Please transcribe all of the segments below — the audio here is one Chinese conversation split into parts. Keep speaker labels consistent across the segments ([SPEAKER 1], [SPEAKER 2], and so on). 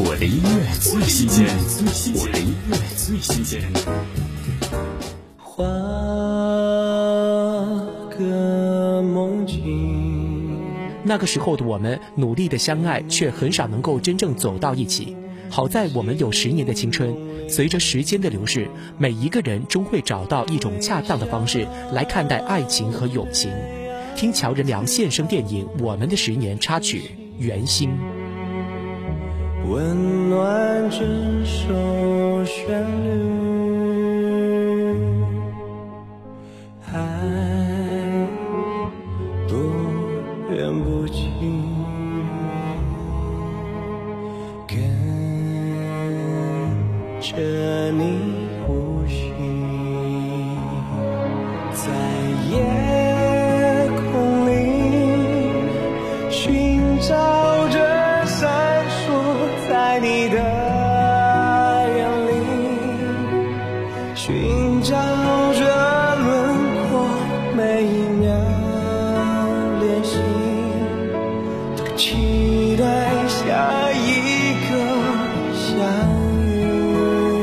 [SPEAKER 1] 我的音乐最新鲜，我的音乐最新鲜。
[SPEAKER 2] 画个梦境。
[SPEAKER 3] 那个时候的我们努力的相爱，却很少能够真正走到一起。好在我们有10年的青春，随着时间的流逝，每一个人终会找到一种恰当的方式来看待爱情和友情。听乔任梁现声电影《我们的10年》插曲《圆心》。
[SPEAKER 2] 温暖这首旋律，爱多远不近，跟着你呼吸，在夜空里寻找着闪烁在你的眼里，寻找着轮廓，每一秒练习，都期待下一个相遇，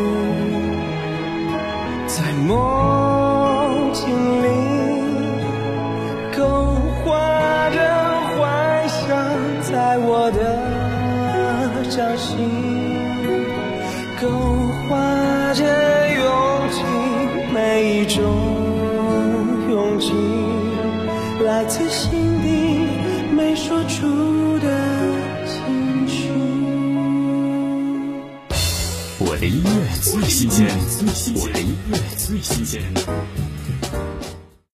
[SPEAKER 2] 在梦境里勾画着幻想，在我的掌心勾画着勇气，每一种勇气来自心底没说出的情绪。
[SPEAKER 1] 我的音乐最新鲜，我的音乐最新鲜。